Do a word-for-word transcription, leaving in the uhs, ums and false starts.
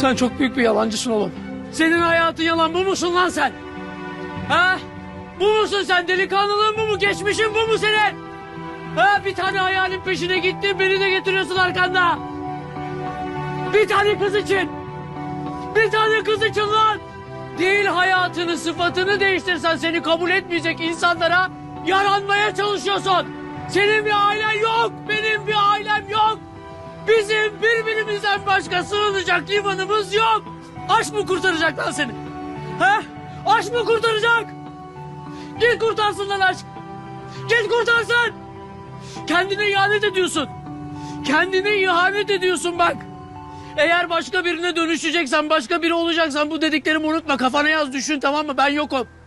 Sen çok büyük bir yalancısın oğlum. Senin hayatın yalan, bu musun lan sen? Ha? Bu musun sen? Delikanlılığın bu mu? Geçmişin bu mu senin? Ha? Bir tane hayalin peşine gittin, beni de getiriyorsun arkanda. Bir tane kız için. Bir tane kız için lan. Değil hayatını, sıfatını değiştirsen seni kabul etmeyecek insanlara yaranmaya çalışıyorsun. Senin bir ailen yok, benim bir ailem yok. Bizim birbirimizden başka sığınacak limanımız yok. Aşk mı kurtaracak lan seni? He? Aşk mı kurtaracak? Git kurtarsın lan aşk. Git kurtarsın. Kendine ihanet ediyorsun. Kendine ihanet ediyorsun bak. Eğer başka birine dönüşeceksen, başka biri olacaksan bu dediklerimi unutma. Kafana yaz, düşün, tamam mı? Ben yokum.